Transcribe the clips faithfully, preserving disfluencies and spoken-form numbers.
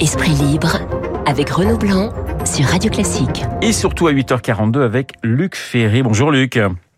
Esprit libre avec Renaud Blanc sur Radio Classique. Et surtout à huit heures quarante-deux avec Luc Ferry. Bonjour Luc.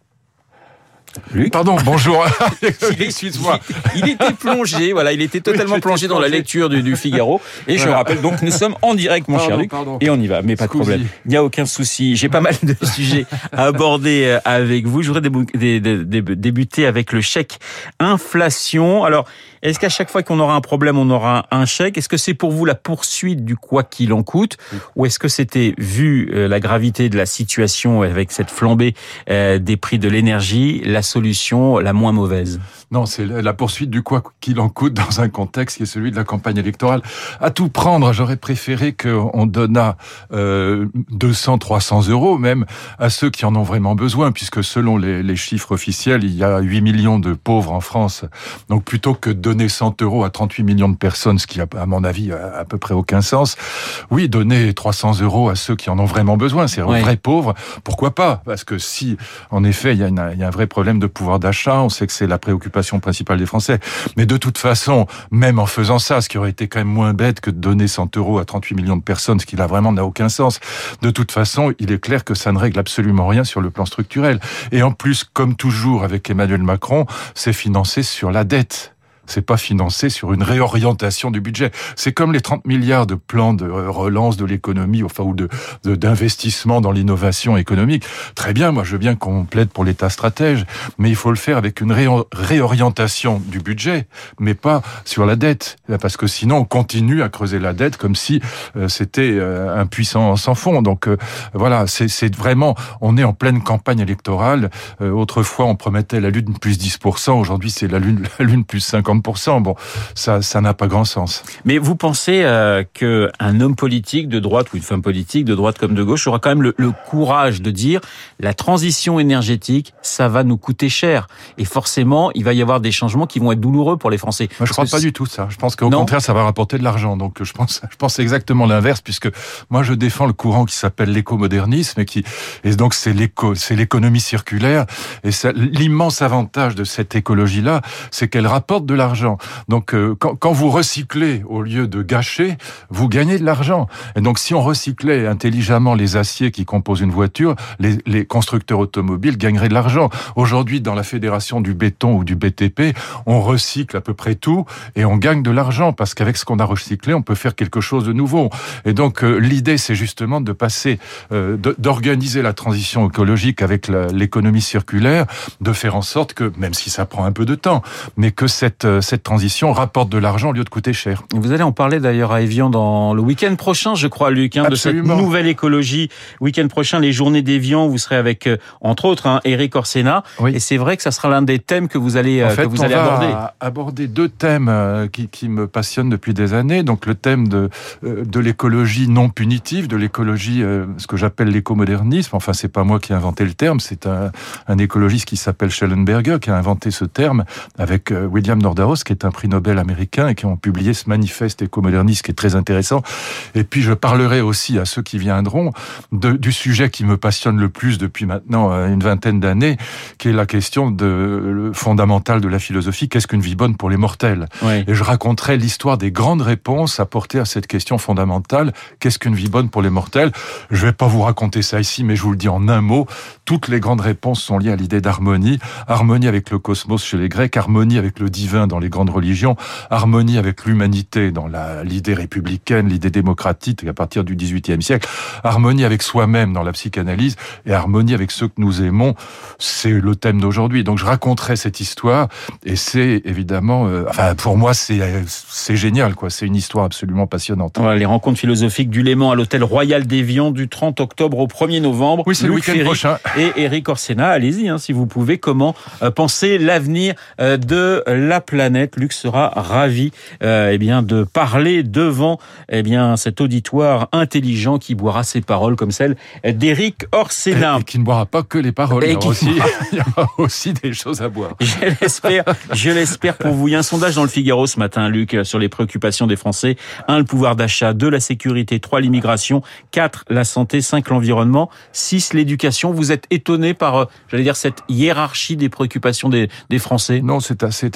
Luc Pardon, bonjour. Excuse-moi. Il, il était plongé, voilà, il était totalement oui, plongé dans la lecture du, du Figaro. Et voilà. Je rappelle donc, nous sommes en direct, mon pardon, cher Luc. Pardon. Et on y va, mais pas de problème. Il n'y a aucun souci. J'ai pas mal de sujets à aborder avec vous. Je voudrais débou- dé- dé- dé- débuter avec le chèque inflation. Alors, est-ce qu'à chaque fois qu'on aura un problème, on aura un chèque ? Est-ce que c'est pour vous la poursuite du quoi qu'il en coûte ? Oui. Ou est-ce que c'était, vu euh, la gravité de la situation avec cette flambée euh, des prix de l'énergie, la solution la moins mauvaise ? Non, c'est la poursuite du quoi qu'il en coûte dans un contexte qui est celui de la campagne électorale. À tout prendre, j'aurais préféré qu'on donnât euh, deux cents, trois cents euros même à ceux qui en ont vraiment besoin, puisque selon les, les chiffres officiels, il y a huit millions de pauvres en France. Donc plutôt que de donner cent euros à trente-huit millions de personnes, ce qui a, à mon avis, a à peu près aucun sens, oui, donner trois cents euros à ceux qui en ont vraiment besoin, c'est ouais. aux vrais pauvres, pourquoi pas ? Parce que si, en effet, il y a, une, il y a un vrai problème de pouvoir d'achat, on sait que c'est la préoccupation principale des Français. Mais de toute façon, même en faisant ça, ce qui aurait été quand même moins bête que de donner cent euros à trente-huit millions de personnes, ce qui là vraiment n'a aucun sens. De toute façon, il est clair que ça ne règle absolument rien sur le plan structurel. Et en plus, comme toujours avec Emmanuel Macron, c'est financé sur la dette. C'est pas financé sur une réorientation du budget. C'est comme les trente milliards de plans de relance de l'économie, enfin, ou de, de d'investissement dans l'innovation économique. Très bien, moi je veux bien qu'on plaide pour l'État stratège, mais il faut le faire avec une ré- réorientation du budget, mais pas sur la dette, parce que sinon on continue à creuser la dette comme si euh, c'était euh, un puissant sans fond. Donc euh, voilà, c'est, c'est vraiment, on est en pleine campagne électorale. Euh, autrefois on promettait la Lune plus dix pour cent, aujourd'hui c'est la Lune, la Lune plus cinquante pour cent. Bon, ça, ça n'a pas grand sens. Mais vous pensez euh, qu'un homme politique de droite ou une femme politique de droite comme de gauche aura quand même le, le courage de dire la transition énergétique, ça va nous coûter cher. Et forcément, il va y avoir des changements qui vont être douloureux pour les Français. Moi, je ne crois pas du tout ça. Je pense qu'au non. contraire, ça va rapporter de l'argent. Donc, je pense, je pense exactement l'inverse, puisque moi, je défends le courant qui s'appelle l'écomodernisme et qui, et donc c'est l'éco, c'est l'économie circulaire. Et ça, l'immense avantage de cette écologie-là, c'est qu'elle rapporte de l'argent. L'argent. Donc, euh, quand, quand vous recyclez au lieu de gâcher, vous gagnez de l'argent. Et donc, si on recyclait intelligemment les aciers qui composent une voiture, les, les constructeurs automobiles gagneraient de l'argent. Aujourd'hui, dans la fédération du béton ou du B T P, on recycle à peu près tout et on gagne de l'argent parce qu'avec ce qu'on a recyclé, on peut faire quelque chose de nouveau. Et donc, euh, l'idée, c'est justement de passer, euh, de, d'organiser la transition écologique avec la, l'économie circulaire, de faire en sorte que, même si ça prend un peu de temps, mais que cette cette transition rapporte de l'argent au lieu de coûter cher. Vous allez en parler d'ailleurs à Évian dans le week-end prochain, je crois, Luc, hein, de cette nouvelle écologie. Week-end prochain, les journées d'Évian, vous serez avec, entre autres, hein, Éric Orsena. Oui. Et c'est vrai que ça sera l'un des thèmes que vous allez, en fait, que vous on allez va aborder. aborder deux thèmes qui, qui me passionnent depuis des années. Donc, le thème de, de l'écologie non punitive, de l'écologie, ce que j'appelle l'écomodernisme. Enfin, c'est pas moi qui ai inventé le terme, c'est un, un écologiste qui s'appelle Schellenberger qui a inventé ce terme avec William Nordhaus, qui est un prix Nobel américain et qui ont publié ce manifeste écomoderniste qui est très intéressant. Et puis je parlerai aussi à ceux qui viendront de, du sujet qui me passionne le plus depuis maintenant une vingtaine d'années, qui est la question de, fondamentale de la philosophie, qu'est-ce qu'une vie bonne pour les mortels ? Oui. Et je raconterai l'histoire des grandes réponses apportées à cette question fondamentale, qu'est-ce qu'une vie bonne pour les mortels ? Je vais pas vous raconter ça ici, mais je vous le dis en un mot, toutes les grandes réponses sont liées à l'idée d'harmonie, harmonie avec le cosmos chez les Grecs, harmonie avec le divin dans les grandes religions, harmonie avec l'humanité dans la, l'idée républicaine, l'idée démocratique à partir du dix-huitième siècle, harmonie avec soi-même dans la psychanalyse et harmonie avec ceux que nous aimons, c'est le thème d'aujourd'hui. Donc je raconterai cette histoire et c'est évidemment, euh, enfin pour moi c'est c'est génial quoi, c'est une histoire absolument passionnante. Voilà, les rencontres philosophiques du Léman à l'hôtel Royal d'Évian du trente octobre au premier novembre. Oui, c'est Luc le week-end Ferry prochain. Et Éric Orsena, allez-y hein, si vous pouvez. Comment euh, penser l'avenir euh, de la planète? Luc sera ravi euh, eh bien de parler devant eh bien cet auditoire intelligent qui boira ses paroles comme celles d'Éric Orsena. Et, et qui ne boira pas que les paroles, il y, aura aussi, il y aura aussi des choses à boire. Je l'espère, je l'espère pour vous. Il y a un sondage dans le Figaro ce matin, Luc, sur les préoccupations des Français. un, le pouvoir d'achat, deux, la sécurité, trois, l'immigration, quatre, la santé, cinq, l'environnement, six, l'éducation. Vous êtes étonné par, j'allais dire, cette hiérarchie des préoccupations des, des Français? Non, c'est assez, c'est assez standard.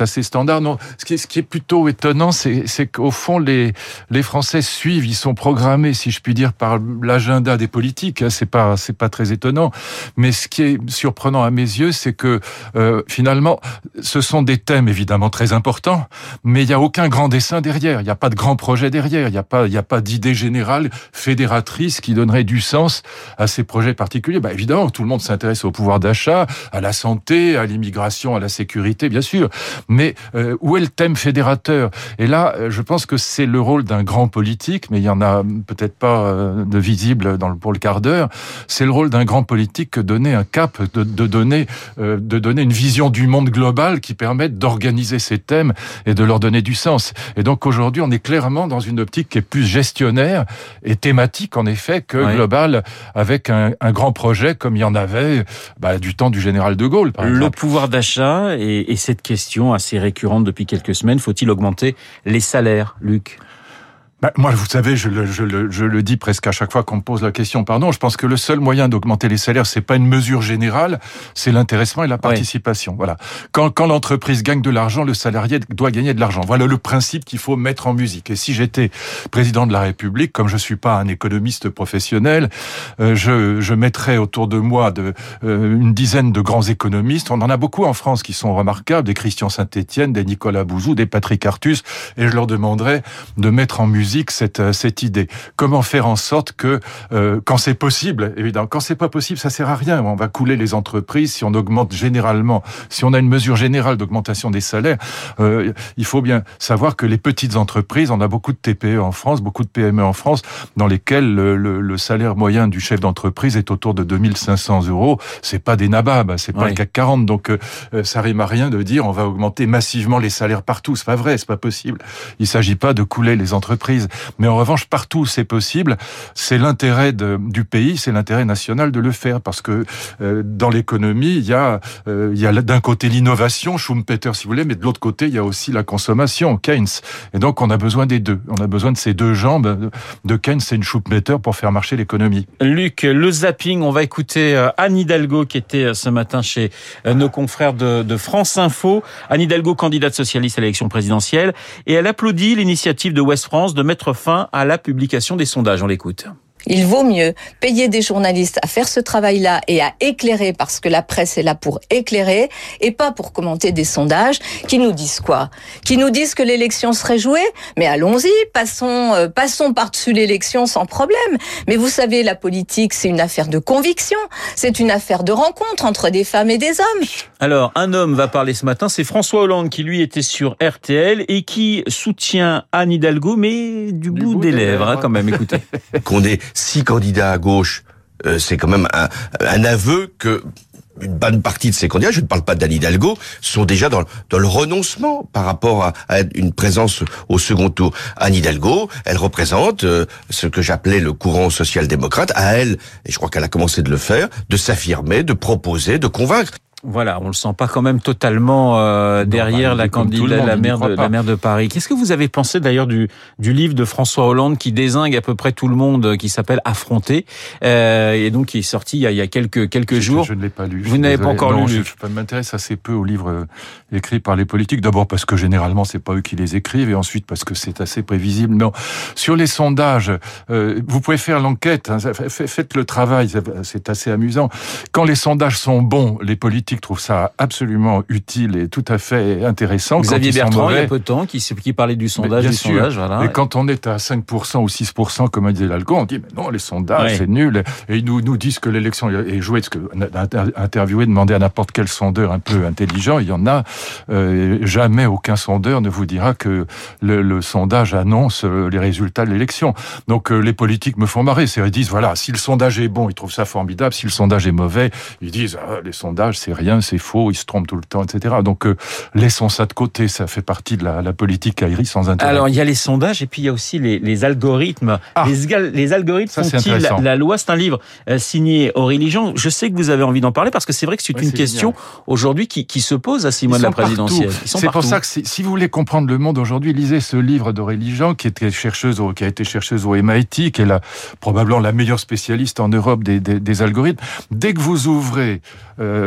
standards, non. Ce qui est, ce qui est plutôt étonnant, c'est, c'est qu'au fond, les, les Français suivent, ils sont programmés, si je puis dire, par l'agenda des politiques. C'est pas, c'est pas très étonnant. Mais ce qui est surprenant à mes yeux, c'est que, euh, finalement, ce sont des thèmes évidemment très importants, mais il n'y a aucun grand dessin derrière. Il n'y a pas de grand projet derrière. Il n'y a pas, il n'y a pas d'idée générale fédératrice qui donnerait du sens à ces projets particuliers. Bah, évidemment, tout le monde s'intéresse au pouvoir d'achat, à la santé, à l'immigration, à la sécurité, bien sûr. Mais euh, où est le thème fédérateur ? Et là, je pense que c'est le rôle d'un grand politique, mais il y en a peut-être pas euh, de visible dans le, pour le quart d'heure. C'est le rôle d'un grand politique que donner un cap, de, de donner, euh, de donner une vision du monde global qui permette d'organiser ces thèmes et de leur donner du sens. Et donc aujourd'hui, on est clairement dans une optique qui est plus gestionnaire et thématique en effet que oui. globale, avec un, un grand projet comme il y en avait bah, du temps du général de Gaulle, par exemple. Le pouvoir d'achat et, et cette question assez récurrente depuis quelques semaines, faut-il augmenter les salaires, Luc ? Ben, moi, vous savez, je le, je, le, je le dis presque à chaque fois qu'on me pose la question. Pardon, je pense que le seul moyen d'augmenter les salaires, c'est pas une mesure générale, c'est l'intéressement et la participation. Oui. Voilà. Quand, quand l'entreprise gagne de l'argent, le salarié doit gagner de l'argent. Voilà le principe qu'il faut mettre en musique. Et si j'étais président de la République, comme je suis pas un économiste professionnel, euh, je, je mettrais autour de moi de, euh, une dizaine de grands économistes. On en a beaucoup en France qui sont remarquables, des Christian Saint-Étienne, des Nicolas Bouzou, des Patrick Artus, et je leur demanderais de mettre en musique Cette, cette idée. Comment faire en sorte que, euh, quand c'est possible, évidemment, quand c'est pas possible, ça sert à rien. On va couler les entreprises si on augmente généralement, si on a une mesure générale d'augmentation des salaires. Euh, il faut bien savoir que les petites entreprises, on a beaucoup de T P E en France, beaucoup de P M E en France, dans lesquelles le, le, le salaire moyen du chef d'entreprise est autour de deux mille cinq cents euros. C'est pas des nababs, c'est pas oui. le C A C quarante. Donc, euh, ça rime à rien de dire on va augmenter massivement les salaires partout. C'est pas vrai, c'est pas possible. Il s'agit pas de couler les entreprises. Mais en revanche, partout où c'est possible, c'est l'intérêt de, du pays, c'est l'intérêt national de le faire, parce que euh, dans l'économie, il y a, euh, il y a d'un côté l'innovation, Schumpeter si vous voulez, mais de l'autre côté, il y a aussi la consommation, Keynes. Et donc, on a besoin des deux. On a besoin de ces deux jambes, de Keynes et de Schumpeter, pour faire marcher l'économie. Luc, le zapping, on va écouter Anne Hidalgo, qui était ce matin chez nos confrères de, de France Info. Anne Hidalgo, candidate socialiste à l'élection présidentielle, et elle applaudit l'initiative de Ouest France de mettre fin à la publication des sondages. On l'écoute. Il vaut mieux payer des journalistes à faire ce travail-là et à éclairer, parce que la presse est là pour éclairer et pas pour commenter des sondages qui nous disent quoi ? Qui nous disent que l'élection serait jouée ? Mais allons-y, passons, euh, passons par-dessus l'élection sans problème. Mais vous savez, la politique, c'est une affaire de conviction, c'est une affaire de rencontre entre des femmes et des hommes. Alors, un homme va parler ce matin, c'est François Hollande qui lui était sur R T L et qui soutient Anne Hidalgo, mais du, du bout, bout des, des lèvres, lèvres. Hein, quand même, écoutez. Qu'on ait six candidats à gauche, euh, c'est quand même un, un aveu que une bonne partie de ces candidats, je ne parle pas d'Anne Hidalgo, sont déjà dans, dans le renoncement par rapport à, à une présence au second tour. Anne Hidalgo, elle représente euh, ce que j'appelais le courant social-démocrate. À elle, et je crois qu'elle a commencé de le faire, de s'affirmer, de proposer, de convaincre. Voilà, on le sent pas quand même totalement euh, non, derrière bah, la candidate, la maire de la maire de Paris. Qu'est-ce que vous avez pensé d'ailleurs du du livre de François Hollande qui dézingue à peu près tout le monde, qui s'appelle Affronter, euh, et donc qui est sorti il y a, il y a quelques quelques je, jours. Je, je ne l'ai pas lu. Vous n'avez désolé. pas encore non, lu. Je, je m'intéresse assez peu aux livres écrits par les politiques. D'abord parce que généralement c'est pas eux qui les écrivent, et ensuite parce que c'est assez prévisible. Non, sur les sondages, euh, vous pouvez faire l'enquête. Hein, faites le travail, c'est assez amusant. Quand les sondages sont bons, les politiques trouvent ça absolument utile et tout à fait intéressant. Xavier Bertrand, mauvais, il y a peu de temps, qui, qui parlait du sondage, bien du sûr. sondage, voilà. Et quand on est à cinq pour cent ou six pour cent, comme a dit Hidalgo, on dit, mais non, les sondages, ouais. c'est nul. Et ils nous, nous disent que l'élection est jouée, parce que, interviewé, demander à n'importe quel sondeur un peu intelligent, il y en a, euh, jamais aucun sondeur ne vous dira que le, le sondage annonce les résultats de l'élection. Donc, euh, les politiques me font marrer. C'est, ils disent, voilà, si le sondage est bon, ils trouvent ça formidable. Si le sondage est mauvais, ils disent, ah, les sondages, c'est rien, c'est faux, ils se trompent tout le temps, et cetera. Donc, euh, laissons ça de côté. Ça fait partie de la, la politique aérie sans intérêt. Alors, il y a les sondages et puis il y a aussi les, les algorithmes. Ah, les, les algorithmes font-ils la, la loi? C'est un livre euh, signé Aurélie Jean. Je sais que vous avez envie d'en parler parce que c'est vrai que c'est ouais, une c'est question génial. Aujourd'hui qui, qui se pose à six mois de la présidentielle. Ils sont c'est partout. pour ça que si vous voulez comprendre le monde aujourd'hui, lisez ce livre d'Aurélie Jean qui était chercheuse au, qui a été chercheuse au M I T, qui est la, probablement la meilleure spécialiste en Europe des, des, des algorithmes. Dès que vous ouvrez euh, votre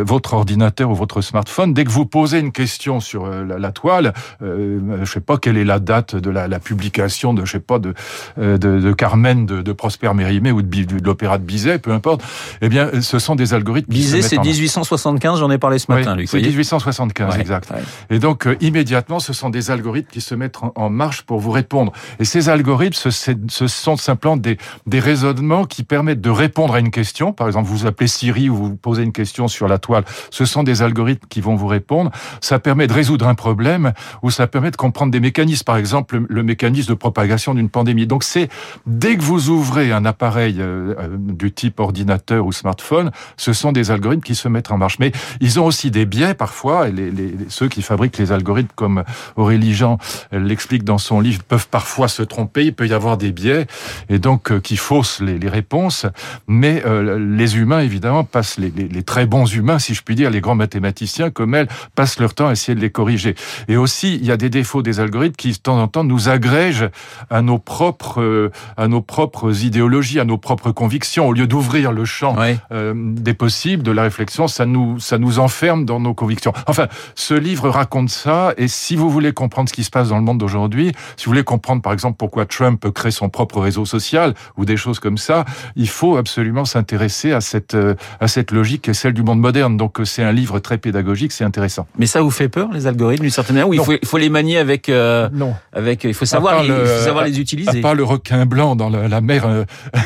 ordinateur ou votre smartphone, dès que vous posez une question sur euh, la, la toile, euh, je sais pas quelle est la date de la, la publication de, je sais pas, de, euh, de, de Carmen, de, de Prosper Mérimée ou de, de, de l'opéra de Bizet, peu importe. Eh bien, ce sont des algorithmes. Bizet, c'est dix-huit cent soixante-quinze, j'en ai parlé ce matin, oui, Luc. C'est dix-huit cent soixante-quinze, ouais, exact. Ouais. Et donc, euh, immédiatement, ce sont des algorithmes qui se mettent en, en marche pour vous répondre. Et ces algorithmes, ce, ce sont simplement des, des raisonnements qui permettent de répondre à une question. Par exemple, vous appelez Siri ou vous posez une question sur la toile. Ce sont des algorithmes qui vont vous répondre. Ça permet de résoudre un problème ou ça permet de comprendre des mécanismes. Par exemple, le, le mécanisme de propagation d'une pandémie. Donc, c'est dès que vous ouvrez un appareil euh, du type ordinateur ou smartphone, ce sont des algorithmes qui se mettent en marche. Mais ils ont aussi des biais parfois. Et les, les, ceux qui fabriquent les algorithmes, comme Aurélie Jean l'explique dans son livre, peuvent parfois se tromper. Il peut y avoir des biais et donc euh, qui faussent les, les réponses. Mais euh, les humains, évidemment, passent les, les, les très bons humains, si je puis dire, les grands mathématiciens comme elle, passent leur temps à essayer de les corriger. Et aussi, il y a des défauts des algorithmes qui, de temps en temps, nous agrègent à nos propres, euh, à nos propres idéologies, à nos propres convictions. Au lieu d'ouvrir le champ oui. euh, des possibles, de la réflexion, ça nous, ça nous enferme dans nos convictions. Enfin, ce livre raconte ça, et si vous voulez comprendre ce qui se passe dans le monde d'aujourd'hui, si vous voulez comprendre, par exemple, pourquoi Trump crée son propre réseau social, ou des choses comme ça, il faut absolument s'intéresser à cette, euh, à cette logique qui est celle du monde moderne. Donc, c'est un livre très pédagogique, c'est intéressant. Mais ça vous fait peur, les algorithmes, d'une certaine manière, ou il faut, il faut les manier avec, euh, non. avec, il faut savoir, le, il faut savoir les utiliser. À part le requin blanc dans la, la mer euh,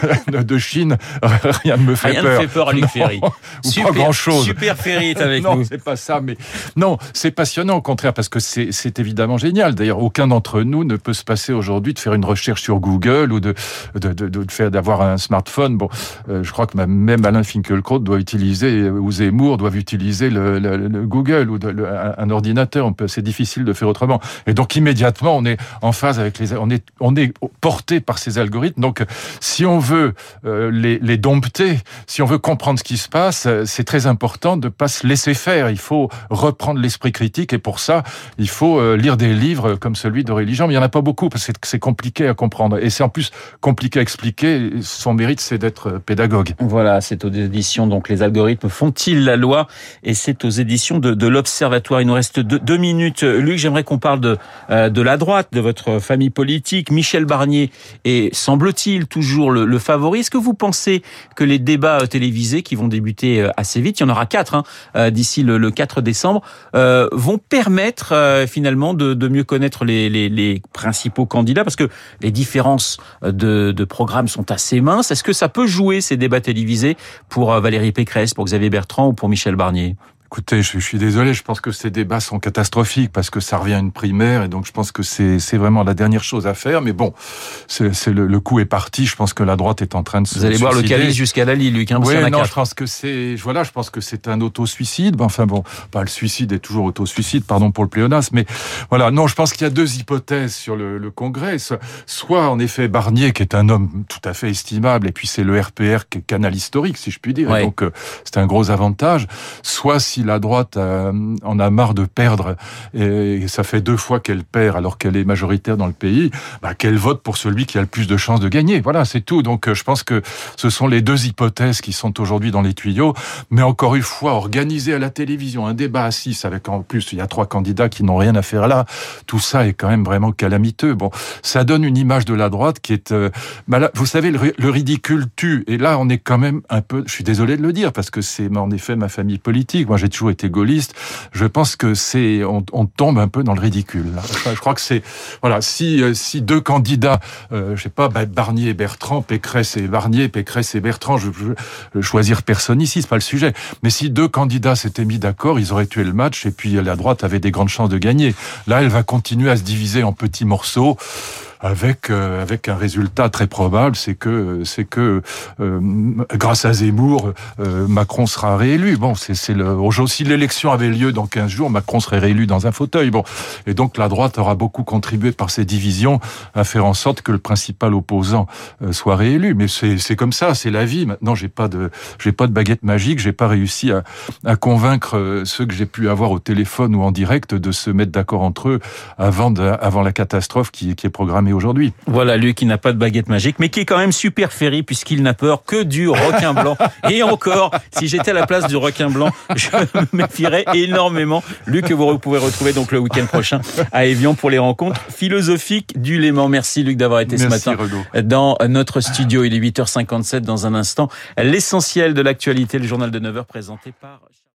de Chine, rien ne me fait rien peur. Rien ne fait peur à Luc Ferry. Ou super, pas grand chose. Super Ferry est avec non, nous. Non, c'est pas ça, mais non, c'est passionnant au contraire parce que c'est, c'est évidemment génial. D'ailleurs, aucun d'entre nous ne peut se passer aujourd'hui de faire une recherche sur Google ou de de de, de faire d'avoir un smartphone. Bon, euh, je crois que même Alain Finkielkraut doit utiliser ou Zemmour doivent utiliser le, le, le Google ou de, le, un ordinateur. On peut, c'est difficile de faire autrement. Et donc immédiatement, on est en phase avec les, on est on est porté par ces algorithmes. Donc, si on veut euh, les les dompter, si on veut comprendre ce qui se passe, c'est très important de pas se laisser faire. Il faut reprendre l'esprit critique et pour ça, il faut euh, lire des livres comme celui d'Aurélie Jean. Mais il y en a pas beaucoup parce que c'est, c'est compliqué à comprendre et c'est en plus compliqué à expliquer. Son mérite, c'est d'être pédagogue. Voilà, c'est aux éditions donc Les algorithmes font-ils la loi et c'est aux éditions de, de l'Observatoire. Il nous reste deux, deux minutes. Luc, j'aimerais qu'on parle de euh, de la droite, de votre famille politique. Michel Barnier est, semble-t-il, toujours le, le favori. Est-ce que vous pensez que les débats télévisés qui vont débuter assez vite, il y en aura quatre hein, d'ici le, le quatre décembre, euh, vont permettre euh, finalement de, de mieux connaître les, les, les principaux candidats parce que les différences de, de programmes sont assez minces. Est-ce que ça peut jouer ces débats télévisés pour Valérie Pécresse, pour Xavier Bertrand ou pour Michel Barnier ? Écoutez, je, je suis désolé, je pense que ces débats sont catastrophiques parce que ça revient à une primaire et donc je pense que c'est, c'est vraiment la dernière chose à faire. Mais bon, c'est, c'est le, le coup est parti. Je pense que la droite est en train de se Vous allez suicider. boire le calice jusqu'à la lie, Luc. Hein, oui, non, quatre. je pense que c'est, voilà, je pense que c'est un auto-suicide. Enfin bon, pas le suicide est toujours auto-suicide, pardon pour le pléonasme, mais voilà. Non, je pense qu'il y a deux hypothèses sur le, le Congrès. Soit en effet Barnier, qui est un homme tout à fait estimable, et puis c'est le R P R qui est canal historique, si je puis dire. Ouais. Et donc euh, c'est un gros avantage. Soit si la droite a en a marre de perdre, et ça fait deux fois qu'elle perd alors qu'elle est majoritaire dans le pays, bah, qu'elle vote pour celui qui a le plus de chances de gagner. Voilà, c'est tout. Donc je pense que ce sont les deux hypothèses qui sont aujourd'hui dans les tuyaux. Mais encore une fois, organiser à la télévision un débat à six avec en plus il y a trois candidats qui n'ont rien à faire là, tout ça est quand même vraiment calamiteux. Bon, ça donne une image de la droite qui est... Euh, bah là, vous savez, le, le ridicule tue. Et là, on est quand même un peu... Je suis désolé de le dire parce que c'est en effet ma famille politique. Moi, j'ai toujours été gaulliste. Je pense que c'est, on, on tombe un peu dans le ridicule. Là. Je crois que c'est, voilà, si si deux candidats, euh, je sais pas, Barnier et Bertrand, Pécresse et Barnier, Pécresse et Bertrand, je, je, je choisir personne ici, c'est pas le sujet. Mais si deux candidats s'étaient mis d'accord, ils auraient tué le match et puis la droite avait des grandes chances de gagner. Là, elle va continuer à se diviser en petits morceaux. Avec euh, avec un résultat très probable, c'est que c'est que euh, grâce à Zemmour, euh, Macron sera réélu. Bon, c'est c'est le si l'élection avait lieu dans quinze jours, Macron serait réélu dans un fauteuil. Bon, et donc la droite aura beaucoup contribué par ces divisions à faire en sorte que le principal opposant euh, soit réélu. Mais c'est c'est comme ça, c'est la vie. Maintenant, j'ai pas de j'ai pas de baguette magique, j'ai pas réussi à à convaincre ceux que j'ai pu avoir au téléphone ou en direct de se mettre d'accord entre eux avant de, avant la catastrophe qui qui est programmée. jamais aujourd'hui. Voilà, lui qui n'a pas de baguette magique, mais qui est quand même super ferry puisqu'il n'a peur que du requin blanc. Et encore, si j'étais à la place du requin blanc, je me méfierais énormément. Luc, que vous pouvez retrouver donc le week-end prochain à Évian pour les rencontres philosophiques du Léman. Merci Luc d'avoir été Merci, ce matin Renaud. dans notre studio. Il est huit heures cinquante-sept. Dans un instant, l'essentiel de l'actualité, le journal de neuf heures présenté par...